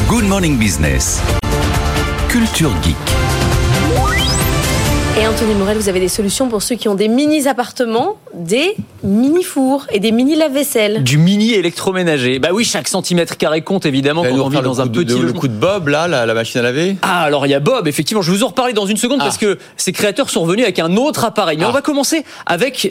Good Morning Business. Culture Geek. Et Anthony Morel, vous avez des solutions pour ceux qui ont des mini-appartements, des mini-fours et des mini-lave-vaisselle. Du mini électroménager. Bah oui, chaque centimètre carré compte évidemment quand on vit dans un petit logement. Le coup de Bob, là, la machine à laver. Ah, alors il y a Bob, effectivement. Je vais vous en reparler dans une seconde parce que ses créateurs sont revenus avec un autre appareil. Mais on va commencer avec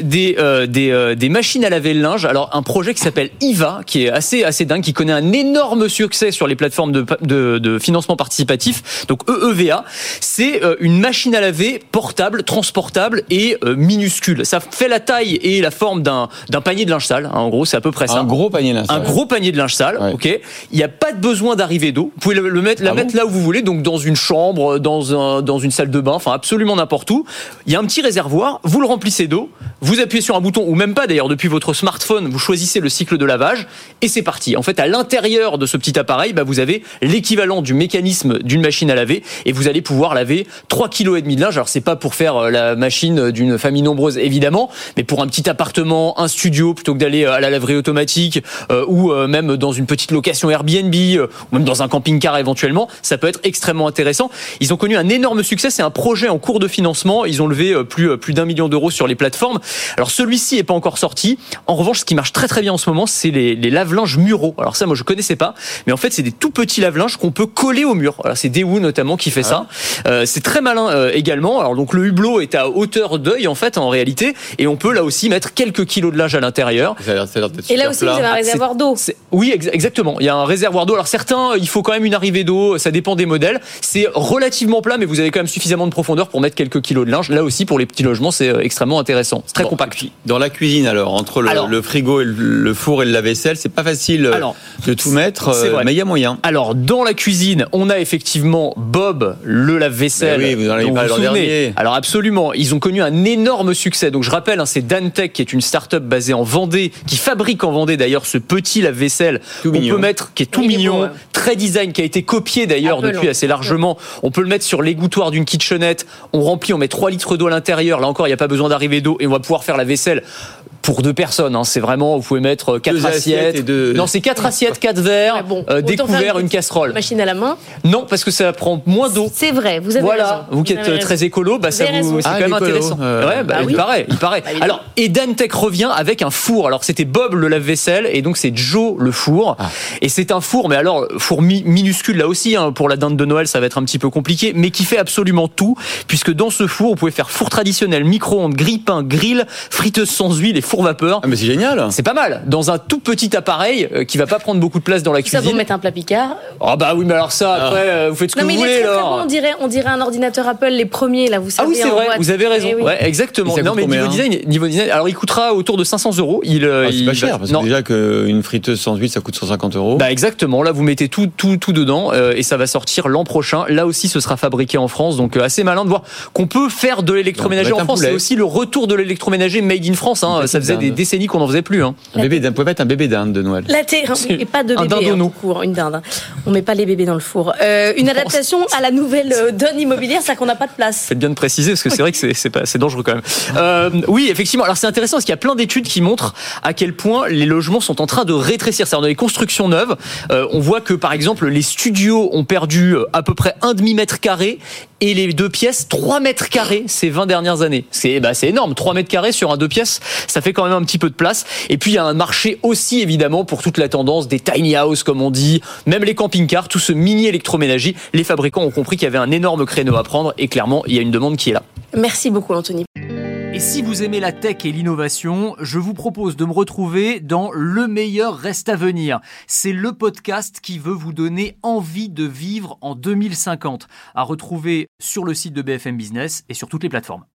des machines à laver le linge. Alors un projet qui s'appelle IVA, qui est assez dingue, qui connaît un énorme succès sur les plateformes de financement participatif. Donc EEVA, c'est une machine à laver portable, transportable et minuscule. Ça fait la taille et la forme d'un panier de linge sale. En gros, c'est à peu près ça. Un gros panier de linge sale. Un gros panier de linge sale. Ouais. Ok. Il n'y a pas de besoin d'arrivée d'eau. Vous pouvez mettre là où vous voulez, donc dans une chambre, dans une salle de bain, enfin absolument n'importe où. Il y a un petit réservoir. Vous le remplissez d'eau. Vous appuyez sur un bouton ou même pas d'ailleurs depuis votre smartphone. Vous choisissez le cycle de lavage et c'est parti. En fait, à l'intérieur de ce petit appareil, vous avez l'équivalent du mécanisme d'une machine à laver et vous allez pouvoir laver 3,5 kg de linge. Alors c'est pas pour faire la machine d'une famille nombreuse évidemment, mais pour un petit appartement, un studio, plutôt que d'aller à la laverie automatique ou même dans une petite location Airbnb ou même dans un camping-car éventuellement, ça peut être extrêmement intéressant. Ils ont connu un énorme succès, c'est un projet en cours de financement, ils ont levé plus d'1 million d'euros sur les plateformes. Alors celui-ci est pas encore sorti. En revanche, ce qui marche très très bien en ce moment, c'est les lave-linges muraux. Alors ça, moi je connaissais pas, mais en fait c'est des tout petits lave-linges qu'on peut coller au mur. Alors c'est Daewoo notamment qui fait ça. C'est très malin également. Alors donc le hublot est à hauteur d'œil en fait en réalité, et on peut là aussi mettre quelques kilos de linge à l'intérieur. Et là aussi vous avez un réservoir d'eau. Oui, exactement. Il y a un réservoir d'eau. Alors certains, il faut quand même une arrivée d'eau. Ça dépend des modèles. C'est relativement plat, mais vous avez quand même suffisamment de profondeur pour mettre quelques kilos de linge. Là aussi pour les petits logements, c'est extrêmement intéressant. C'est très compact. Dans la cuisine alors, entre le frigo et le four et le lave-vaisselle, c'est pas facile de tout mettre, mais il y a moyen. Alors dans la cuisine, on a effectivement Bob, le lave-vaisselle. Mais oui, vous en avez parlé l'an dernier. Alors absolument, ils ont connu un énorme succès. Donc je rappelle, c'est Dantec qui est une start-up basée en Vendée, qui fabrique en Vendée d'ailleurs ce petit lave-vaisselle qu'on peut mettre, qui est tout mignon, très design, qui a été copié d'ailleurs depuis assez largement. On peut le mettre sur l'égouttoir d'une kitchenette. On remplit, on met 3 litres d'eau à l'intérieur. Là encore, il n'y a pas besoin d'arrivée d'eau et on va pouvoir faire la vaisselle pour 2 personnes. C'est vraiment, vous pouvez mettre 4 assiettes. Non, c'est 4 assiettes, 4 verres, des couverts, une casserole. Machine à la main. Non, parce que ça prend moins d'eau. C'est vrai, vous avez raison. Vous qui êtes très écolo, c'est quand même intéressant. Il paraît. Alors, et Dantec revient avec un four. Alors, c'était Bob le lave-vaisselle et donc c'est Joe le four. Et c'est un four, mais alors, four minuscule là aussi, pour la dinde de Noël, ça va être un petit peu compliqué, mais qui fait absolument tout, puisque dans ce four, vous pouvez faire four traditionnel, micro-ondes, grille-pain, grill, friteuse sans huile et four vapeur. Ah, mais c'est génial. C'est pas mal. Dans un tout petit appareil qui va pas prendre beaucoup de place dans la cuisine. Ça, vous mettre un plat Picard. Ah bah oui, mais alors ça, après, vous faites ce que vous voulez. Très bon, on dirait un ordinateur Apple, les premiers, là, vous savez. Ah oui, c'est vrai, vous avez raison. Oui. Ouais, exactement. Non, mais niveau design, alors il coûtera autour de 500 €. C'est pas cher, parce que déjà qu'une friteuse sans huile, ça coûte 150 €. Bah exactement. Là, vous mettez tout dedans et ça va sortir l'an prochain. Là aussi, ce sera fabriqué en France, donc assez malin de voir qu'on peut faire de l'électroménager en France. C'est aussi le retour de l'électroménager made in France. Ça faisait des décennies qu'on n'en faisait plus. Vous pouvez mettre un bébé dinde de Noël. Et pas de bébé tout court, une dinde. On met pas les bébés dans le four. Une adaptation à la nouvelle donne immobilière, c'est qu'on n'a pas de place. Faites bien de préciser parce que c'est vrai que c'est dangereux quand même. Oui, effectivement. Alors c'est intéressant parce qu'il y a plein d'études qui montrent à quel point les logements sont en train de rétrécir. C'est-à-dire dans les constructions neuves, on voit que par exemple les studios ont perdu à peu près 1,5 mètre carré et les 2 pièces 3 mètres carrés ces 20 dernières années. C'est énorme. 3 mètres carrés sur un 2 pièces, ça fait quand même un petit peu de place. Et puis il y a un marché aussi évidemment pour toute la tendance des tiny house comme on dit, même les camping-cars, tout ce mini électroménager. Les fabricants ont compris qu'il y avait un énorme créneau à prendre et clairement il y a une demande qui est là. Merci beaucoup Anthony. Et si vous aimez la tech et l'innovation, je vous propose de me retrouver dans Le meilleur reste à venir. C'est le podcast qui veut vous donner envie de vivre en 2050, à retrouver sur le site de BFM Business et sur toutes les plateformes.